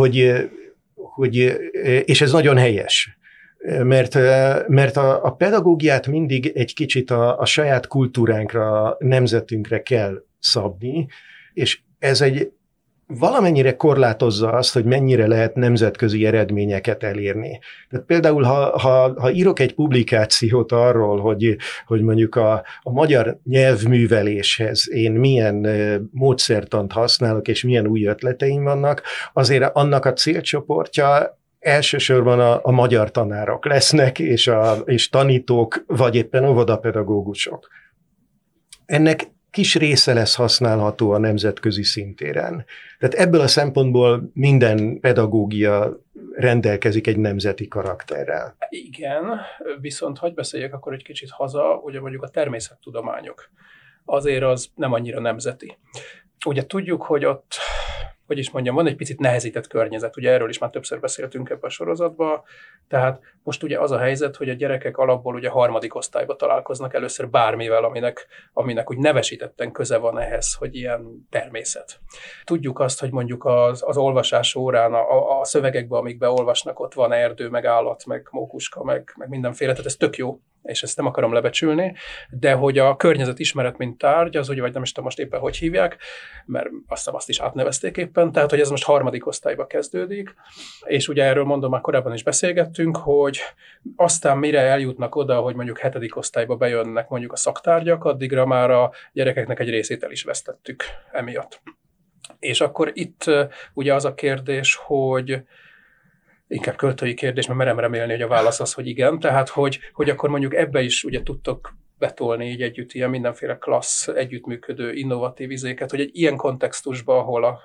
és ez nagyon helyes, mert a pedagógiát mindig egy kicsit a saját kultúránkra, nemzetünkre kell szabni, és ez valamennyire korlátozza azt, hogy mennyire lehet nemzetközi eredményeket elérni. Tehát például, ha írok egy publikációt arról, hogy mondjuk a magyar nyelvműveléshez én milyen módszertant használok, és milyen új ötleteim vannak, azért annak a célcsoportja elsősorban a magyar tanárok lesznek, és tanítók, vagy éppen óvodapedagógusok. Ennek kis része lesz használható a nemzetközi szintéren. Tehát ebből a szempontból minden pedagógia rendelkezik egy nemzeti karakterrel. Igen, viszont hadd beszéljek akkor egy kicsit haza, ugye mondjuk a természettudományok. Azért az nem annyira nemzeti. Ugye tudjuk, hogy ott, hogy is mondjam, van egy picit nehezített környezet, ugye erről is már többször beszéltünk ebben a sorozatban, tehát most ugye az a helyzet, hogy a gyerekek alapból ugye harmadik osztályba találkoznak először bármivel, aminek úgy nevesítetten köze van ehhez, hogy ilyen természet. Tudjuk azt, hogy mondjuk az olvasás órán, a szövegekben, amikben olvasnak, ott van erdő, meg állat, meg mókuska, meg mindenféle, tehát ez tök jó, és ezt nem akarom lebecsülni, de hogy a környezetismeret, mint tárgy, az, hogy vagy nem is tudom most éppen, hogy hívják, mert azt hiszem azt is átnevezték éppen, tehát hogy ez most harmadik osztályba kezdődik, és ugye erről mondom, már korábban is beszélgettünk, hogy aztán mire eljutnak oda, hogy mondjuk hetedik osztályba bejönnek mondjuk a szaktárgyak, addigra már a gyerekeknek egy részét el is vesztettük emiatt. És akkor itt ugye az a kérdés, hogy inkább költői kérdés, mert merem remélni, hogy a válasz az, hogy igen. Tehát, hogy akkor mondjuk ebbe is ugye tudtok betolni így együtt ilyen mindenféle klassz, együttműködő, innovatív izéket, hogy egy ilyen kontextusban, ahol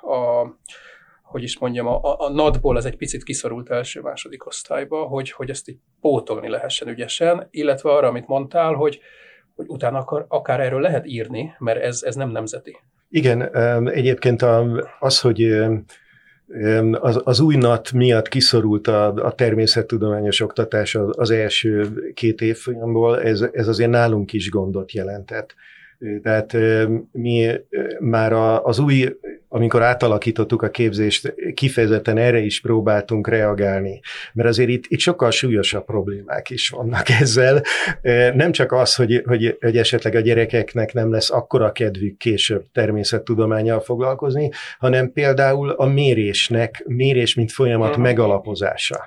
hogy is mondjam, a NAD-ból ez egy picit kiszorult első-második osztályba, hogy ezt így pótolni lehessen ügyesen, illetve arra, amit mondtál, hogy utána akár erről lehet írni, mert ez nem nemzeti. Igen, egyébként az, hogy az új NAT miatt kiszorult a természettudományos oktatás az első 2 évfolyamból, ez azért nálunk is gondot jelentett. Tehát mi már az új, amikor átalakítottuk a képzést, kifejezetten erre is próbáltunk reagálni, mert azért itt sokkal súlyosabb problémák is vannak ezzel. Nem csak az, hogy esetleg a gyerekeknek nem lesz akkora kedvük később természettudománnyal foglalkozni, hanem például a mérés mint folyamat megalapozása,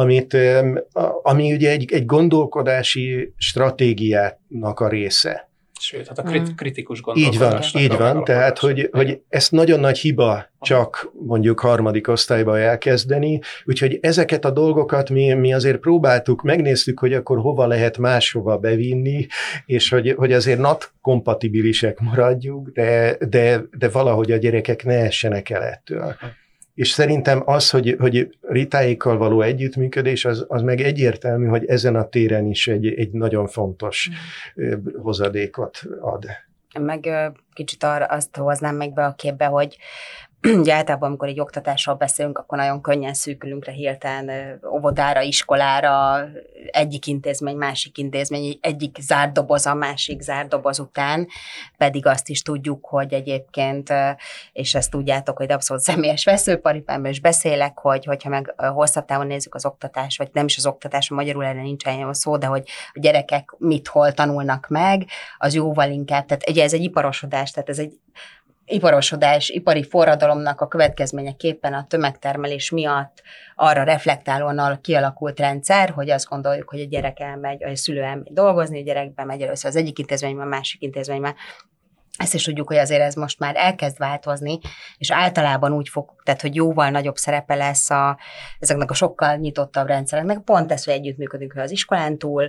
ami ugye egy gondolkodási stratégiának a része. Sőt, hát a kritikus gondolkodás. Így van, tehát, hogy ezt nagyon nagy hiba csak mondjuk harmadik osztályba elkezdeni, úgyhogy ezeket a dolgokat mi azért próbáltuk, megnéztük, hogy akkor hova lehet máshova bevinni, és hogy azért NAT-kompatibilisek maradjuk, de valahogy a gyerekek ne essenek el ettől. És szerintem az, hogy Ritáékkal való együttműködés, az meg egyértelmű, hogy ezen a téren is egy nagyon fontos hozadékot ad. Meg kicsit azt hoznám meg be a képbe, hogy ugye általában, amikor egy oktatásról beszélünk, akkor nagyon könnyen szűkülünk le hirtelen óvodára, iskolára, egyik intézmény, másik intézmény, egyik zárt doboz a másik zárt doboz után, pedig azt is tudjuk, hogy egyébként, és ezt tudjátok, hogy abszolút személyes veszőparipámban is beszélek, hogyha meg hosszabb távon nézzük az oktatást, vagy nem is az oktatás, magyarul erre nincs olyan szó, de hogy a gyerekek mit hol tanulnak meg, az jóval inkább, tehát ugye ez egy iparosodás, tehát ez egy iparosodás, ipari forradalomnak a következményeképpen a tömegtermelés miatt arra reflektálóan kialakult rendszer, hogy azt gondoljuk, hogy a gyerek elmegy, a szülő elmegy dolgozni, a gyerek bemegy először az egyik intézményben, a másik intézményben. Ezt is tudjuk, hogy azért ez most már elkezd változni, és általában úgy fog, tehát hogy jóval nagyobb szerepe lesz ezeknek a sokkal nyitottabb rendszereknek. Pont ez, hogy együttműködünk az iskolán túl,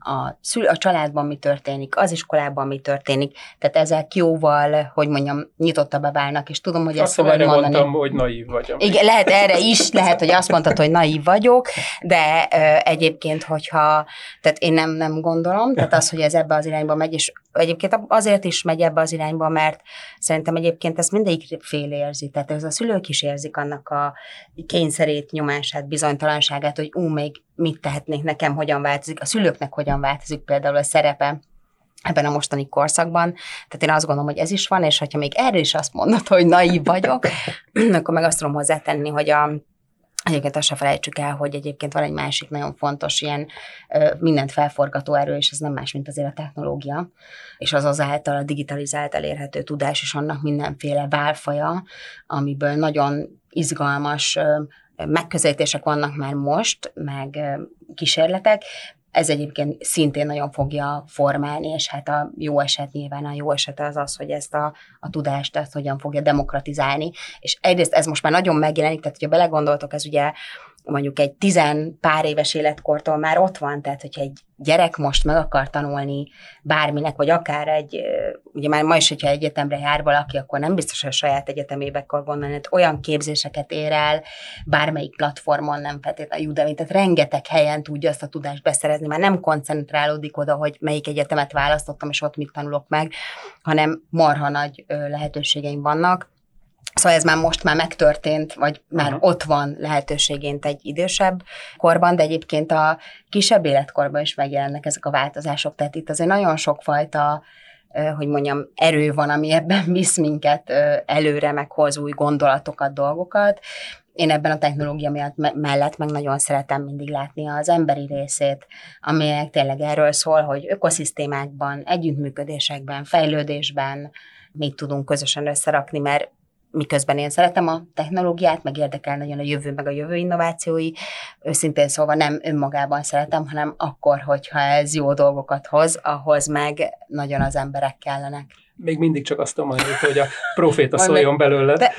a családban mi történik, az iskolában mi történik, tehát ezek jóval, hogy mondjam, nyitottabbá válnak, és tudom, hogy ezt fogod mondani. Mondtam, hogy naív vagyok. Igen, lehet erre is, lehet, hogy azt mondtad, hogy naív vagyok, de egyébként, tehát én nem gondolom, tehát az, hogy ez ebbe az irányba megy, és egyébként azért is megy ebbe az irányba, mert szerintem egyébként ezt mindegyik fél érzi, tehát ez a szülők is érzik annak a kényszerét, nyomását, bizonytalanságát, hogy még mit tehetnék nekem, hogyan változik, a szülőknek hogyan változik például a szerepe ebben a mostani korszakban. Tehát én azt gondolom, hogy ez is van, és hogyha még erről is azt mondod, hogy naív vagyok, akkor meg azt tudom hozzátenni, hogy egyébként azt se felejtsük el, hogy egyébként van egy másik nagyon fontos ilyen mindent felforgató erő, és ez nem más, mint azért a technológia, és az azáltal a digitalizált elérhető tudás, és annak mindenféle válfaja, amiből nagyon izgalmas megközelítések vannak már most, meg kísérletek. Ez egyébként szintén nagyon fogja formálni, és hát a jó eset nyilván a jó eset az, hogy ezt a tudást ezt hogyan fogja demokratizálni. És egyrészt ez most már nagyon megjelenik, tehát hogyha belegondoltok, ez ugye mondjuk egy 10 pár éves életkortól már ott van, tehát hogyha egy gyerek most meg akar tanulni bárminek, vagy akár ugye már ma is, hogyha egyetemre jár valaki, akkor nem biztos, hogy a saját egyetemébe kell gondolni, hogy olyan képzéseket ér el, bármelyik platformon, nem feltétlenül Udemy, tehát rengeteg helyen tudja azt a tudást beszerezni, már nem koncentrálódik oda, hogy melyik egyetemet választottam, és ott mit tanulok meg, hanem marha nagy lehetőségeim vannak. Szóval ez már most megtörtént, vagy már ott van lehetőségént egy idősebb korban, de egyébként a kisebb életkorban is megjelennek ezek a változások. Tehát itt azért nagyon sokfajta, hogy mondjam, erő van, ami ebben visz minket előre, meg hoz új gondolatokat, dolgokat. Én ebben a technológia mellett meg nagyon szeretem mindig látni az emberi részét, aminek tényleg erről szól, hogy ökoszisztémákban, együttműködésekben, fejlődésben mit tudunk közösen összerakni, mert miközben én szeretem a technológiát, meg érdekel nagyon a jövő, meg a jövő innovációi. Őszintén szólva nem önmagában szeretem, hanem akkor, hogyha ez jó dolgokat hoz, ahhoz meg nagyon az emberek kellenek. Még mindig csak azt tudom mondani, hogy a proféta szóljon belőle. De...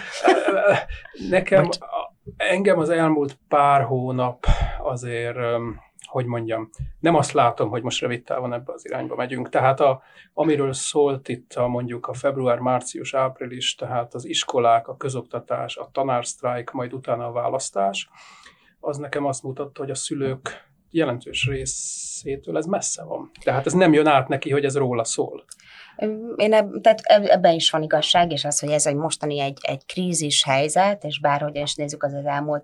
Engem az elmúlt pár hónap azért, hogy mondjam, nem azt látom, hogy most rövid távon ebbe az irányba megyünk. Tehát amiről szólt itt mondjuk a február, március, április, tehát az iskolák, a közoktatás, a tanársztrájk, majd utána a választás, az nekem azt mutatta, hogy a szülők jelentős részétől ez messze van. Tehát ez nem jön át neki, hogy ez róla szól. Tehát ebben is van igazság, és az, hogy ez egy mostani egy krízis helyzet, és bárhogyan is nézzük, az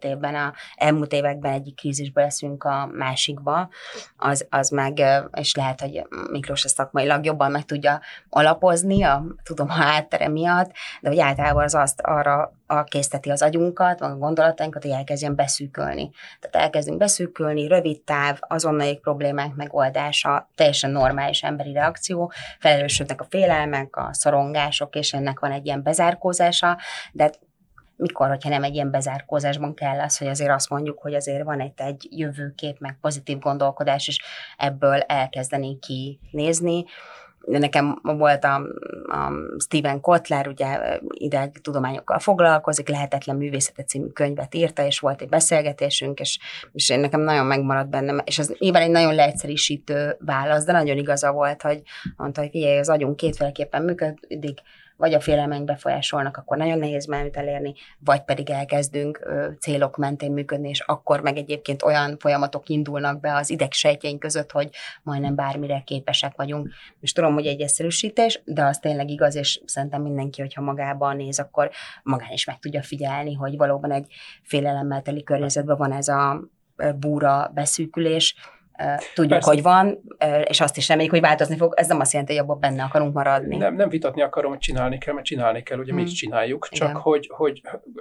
elmúlt években egyik krízisből leszünk a másikba, az meg, és lehet, hogy Miklós ezt szakmailag jobban meg tudja alapozni, tudom, a háttere miatt, de hogy általában az azt arra készteti az agyunkat, a gondolatainkat, hogy elkezdjen beszűkölni. Tehát elkezdünk beszűkölni, rövid táv, azonnali problémák megoldása, teljesen normális emberi reakció, felelősödnek a félelmek, a szorongások, és ennek van egy ilyen bezárkózása, de mikor, hogyha nem egy ilyen bezárkózásban kell az, hogy azért azt mondjuk, hogy azért van egy jövőkép, meg pozitív gondolkodás, és ebből elkezdeni kinézni. Nekem volt a Steven Kotler, ugye idegtudományokkal foglalkozik, Lehetetlen művészete című könyvet írta, és volt egy beszélgetésünk, és nekem nagyon megmaradt bennem, és az nyilván egy nagyon leegyszerűsítő válasz, de nagyon igaza volt, hogy mondta, hogy figyelj, az agyunk kétféleképpen működik, vagy a félelmeink befolyásolnak, akkor nagyon nehéz valamit elérni, vagy pedig elkezdünk célok mentén működni, és akkor meg egyébként olyan folyamatok indulnak be az idegsejtjeink között, hogy majdnem bármire képesek vagyunk. És tudom, hogy egy egyszerűsítés, de az tényleg igaz, és szerintem mindenki, hogyha magában néz, akkor magán is meg tudja figyelni, hogy valóban egy félelemmel teli környezetben van ez a búra beszűkülés. Tudjuk, persze, hogy van, és azt is reméljük, hogy változni fog. Ez nem azt jelenti, hogy abban benne akarunk maradni. Nem vitatni akarom, hogy csinálni kell, mert csinálni kell, ugye mi is csináljuk, csak hogy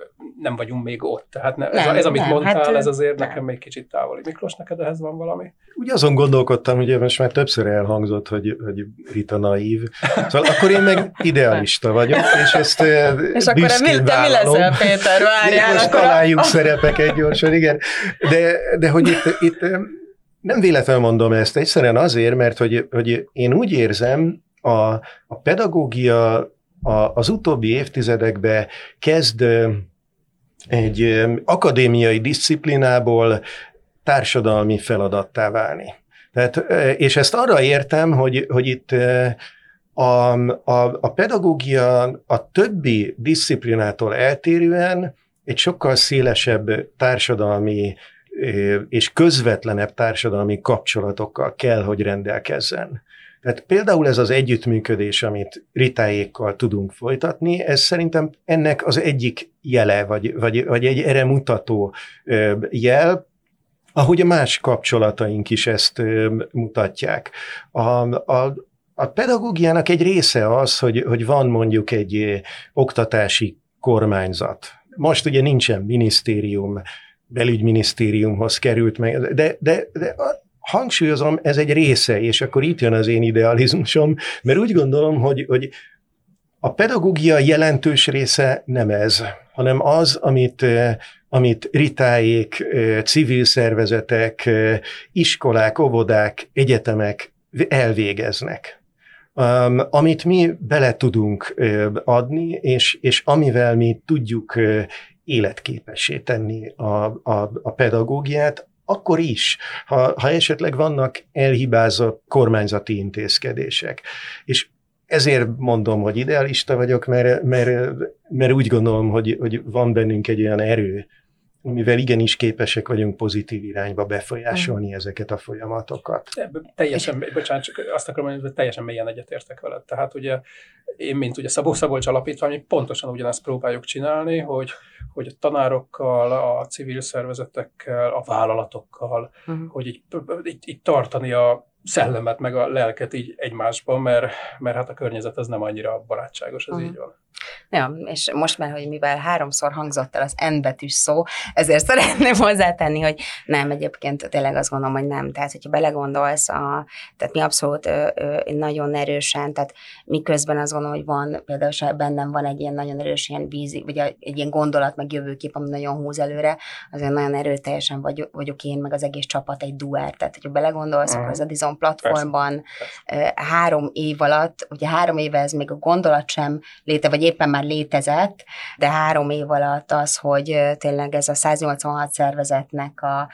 nem vagyunk még ott. Tehát ez amit mondtál, ez azért nekem még kicsit távoli. Miklós, neked ehhez van valami? Úgy azon gondolkodtam, ugye most már többször elhangzott, hogy Rita naív. Szóval akkor én meg idealista vagyok, és ezt és akkor te mi leszel, Péter? Várjál, most találjuk szerepeket gyorsan, igen. De hogy itt nem véletlenül mondom ezt, egyszerűen azért, mert hogy én úgy érzem, a pedagógia az utóbbi évtizedekben kezd egy akadémiai diszciplinából társadalmi feladattá válni. Tehát, és ezt arra értem, hogy itt a pedagógia a többi disziplinától eltérően egy sokkal szélesebb társadalmi és közvetlenebb társadalmi kapcsolatokkal kell, hogy rendelkezzen. Tehát például ez az együttműködés, amit Ritáékkal tudunk folytatni, ez szerintem ennek az egyik jele, vagy egy erre mutató jel, ahogy a más kapcsolataink is ezt mutatják. A pedagógiának egy része az, hogy van mondjuk egy oktatási kormányzat. Most ugye nincsen minisztérium, belügyminisztériumhoz került meg, de hangsúlyozom, ez egy része, és akkor itt jön az én idealizmusom, mert úgy gondolom, hogy a pedagógia jelentős része nem ez, hanem az, amit Ritáék, civil szervezetek, iskolák, óvodák, egyetemek elvégeznek. Amit mi bele tudunk adni, és amivel mi tudjuk életképessé tenni a pedagógiát, akkor is, ha esetleg vannak elhibázott kormányzati intézkedések. És ezért mondom, hogy idealista vagyok, mert úgy gondolom, hogy van bennünk egy olyan erő, amivel igenis képesek vagyunk pozitív irányba befolyásolni ezeket a folyamatokat. Teljesen, bocsánat, csak azt akarom mondani, hogy teljesen mélyen egyetértek veled. Tehát ugye én, mint ugye Szabó-Szabolcs Alapítvány, pontosan ugyanezt próbáljuk csinálni, hogy a tanárokkal, a civil szervezetekkel, a vállalatokkal, hogy így tartani a szellemet, meg a lelket így egymásban, mert hát a környezet az nem annyira barátságos, ez így van. Ja, és most már, hogy mivel 3-szor hangzott el az N betűs szó, ezért szeretném hozzátenni, hogy nem, egyébként tényleg azt gondolom, hogy nem. Tehát, hogyha belegondolsz, tehát mi abszolút nagyon erősen, tehát miközben azt gondolom, hogy van, például bennem van egy ilyen nagyon erős ilyen vízi, vagy egy ilyen gondolat, meg jövőkép, ami nagyon húz előre, azért nagyon erőteljesen vagyok én, meg az egész csapat egy duár. Tehát, hogyha belegondolsz, akkor az Edison platformban 3 év alatt, ugye 3 éve ez még a gondolat sem vagy éppen már létezett, de 3 év alatt az, hogy tényleg ez a 186 szervezetnek a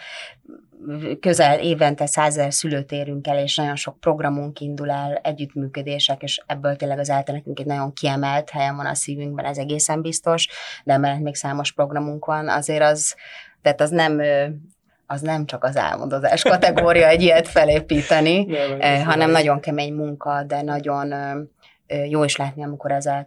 közel évente 100 000 szülőt érünk el, és nagyon sok programunk indul el, együttműködések, és ebből tényleg az nekünk egy nagyon kiemelt helyen van a szívünkben, ez egészen biztos, de emellett még számos programunk van, azért tehát az nem csak az álmodozás kategória egy ilyet felépíteni, hanem nagyon kemény munka, de nagyon jó is látni, amikor ezzel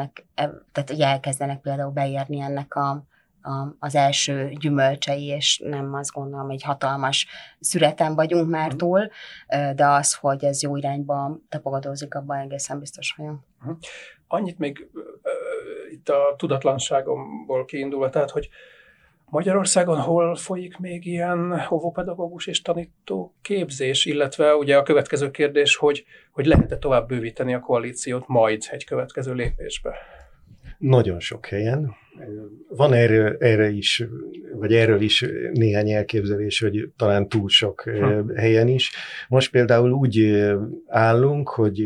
elkezdenek például beérni ennek az első gyümölcsei, és nem azt gondolom, egy hatalmas szüreten vagyunk már túl, de az, hogy ez jó irányba tapogatózik, abban egészen biztos vagyok. Annyit még itt a tudatlanságomból kiindulva, tehát, hogy Magyarországon hol folyik még ilyen óvópedagógus és tanító képzés, illetve ugye a következő kérdés, hogy lehet-e tovább bővíteni a koalíciót majd egy következő lépésbe? Nagyon sok helyen. Van erre is, vagy erről is néhány elképzelés, hogy talán túl sok helyen is. Most például úgy állunk, hogy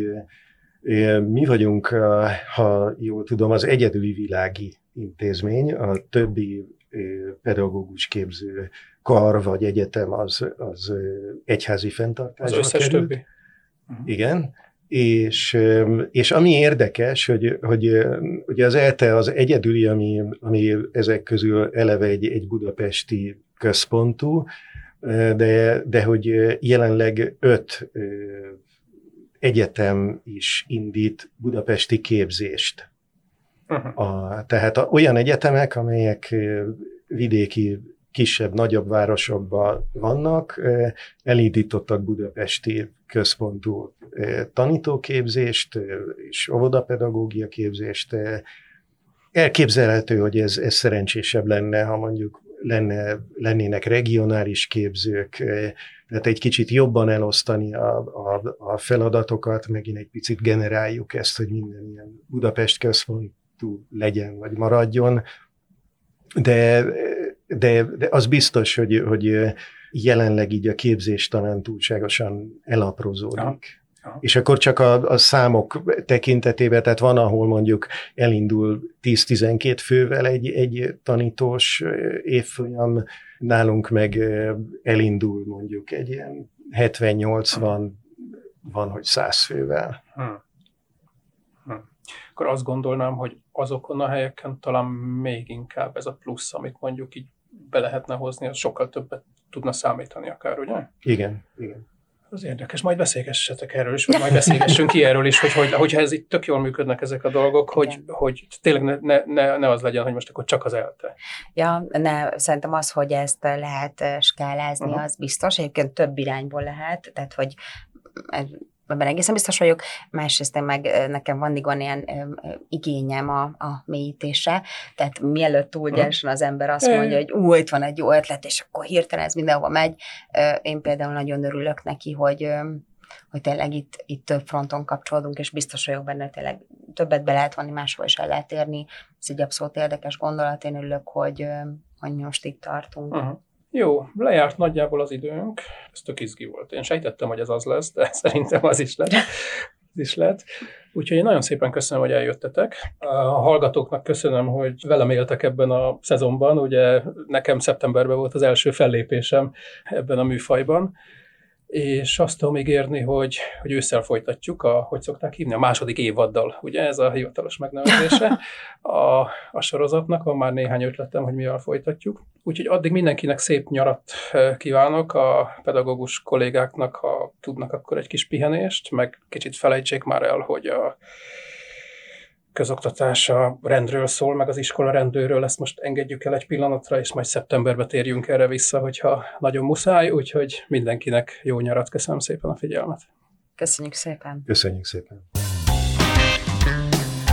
mi vagyunk, ha jól tudom, az egyedüli világi intézmény, a többi pedagógus képző kar vagy egyetem az egyházi fenntartásba az összes került. Többi. Igen, és ami érdekes, hogy ugye az ELTE az egyedüli, ami ezek közül eleve egy budapesti központú, de hogy jelenleg 5 egyetem is indít budapesti képzést. Tehát olyan egyetemek, amelyek vidéki, kisebb, nagyobb városokban vannak, elindítottak budapesti központú tanítóképzést és óvodapedagógia képzést, elképzelhető, hogy ez szerencsésebb lenne, ha mondjuk lennének regionális képzők, tehát egy kicsit jobban elosztani a feladatokat, megint egy picit generáljuk ezt, hogy minden ilyen Budapest központú legyen, vagy maradjon, de az biztos, hogy jelenleg így a képzés talán túlságosan elaprozódik. Aha. És akkor csak a számok tekintetében, tehát van, ahol mondjuk elindul 10-12 fővel egy tanítós évfolyam, nálunk meg elindul mondjuk egy ilyen 70-80, van, hogy 100 fővel. Akkor azt gondolnám, hogy azokon a helyeken talán még inkább ez a plusz, amit mondjuk így be lehetne hozni, az sokkal többet tudna számítani akár, ugye? Igen. Az érdekes. Majd beszélgessetek erről is, vagy majd beszélgessünk ki erről is, hogyha ez itt tök jól működnek ezek a dolgok, hogy tényleg ne az legyen, hogy most akkor csak az ELTE. Ja, szerintem az, hogy ezt lehet skálázni, az biztos. Egyébként több irányból lehet, tehát hogy ebben egészen biztos vagyok, másrészt nekem van ilyen igényem a mélyítésre, tehát mielőtt túl gyorsan az ember azt mondja, hogy itt van egy jó ötlet, és akkor hirtelen ez mindenhova megy. Én például nagyon örülök neki, hogy tényleg itt több fronton kapcsolódunk, és biztos vagyok benne, tényleg többet be lehet vonni, máshol is el lehet érni. Ez egy abszolút érdekes gondolat, én örülök, hogy most itt tartunk. Jó, lejárt nagyjából az időnk, ez tök izgi volt. Én sejtettem, hogy ez az lesz, de szerintem az is lett. Úgyhogy én nagyon szépen köszönöm, hogy eljöttetek. A hallgatóknak köszönöm, hogy velem éltek ebben a szezonban. Ugye nekem szeptemberben volt az első fellépésem ebben a műfajban, és azt tudom ígérni, hogy ősszel folytatjuk hogy szokták hívni, a második évaddal, ugye ez a hivatalos megnevezése a sorozatnak, van már néhány ötletem, hogy mivel folytatjuk. Úgyhogy addig mindenkinek szép nyarat kívánok, a pedagógus kollégáknak, ha tudnak, akkor egy kis pihenést, meg kicsit felejtsék már el, hogy a közoktatás a rendről szól, meg az iskola rendőről, ezt most engedjük el egy pillanatra, és majd szeptemberben térjünk erre vissza, hogyha nagyon muszáj, úgyhogy mindenkinek jó nyarat, köszönöm szépen a figyelmet. Köszönjük szépen. Köszönjük szépen.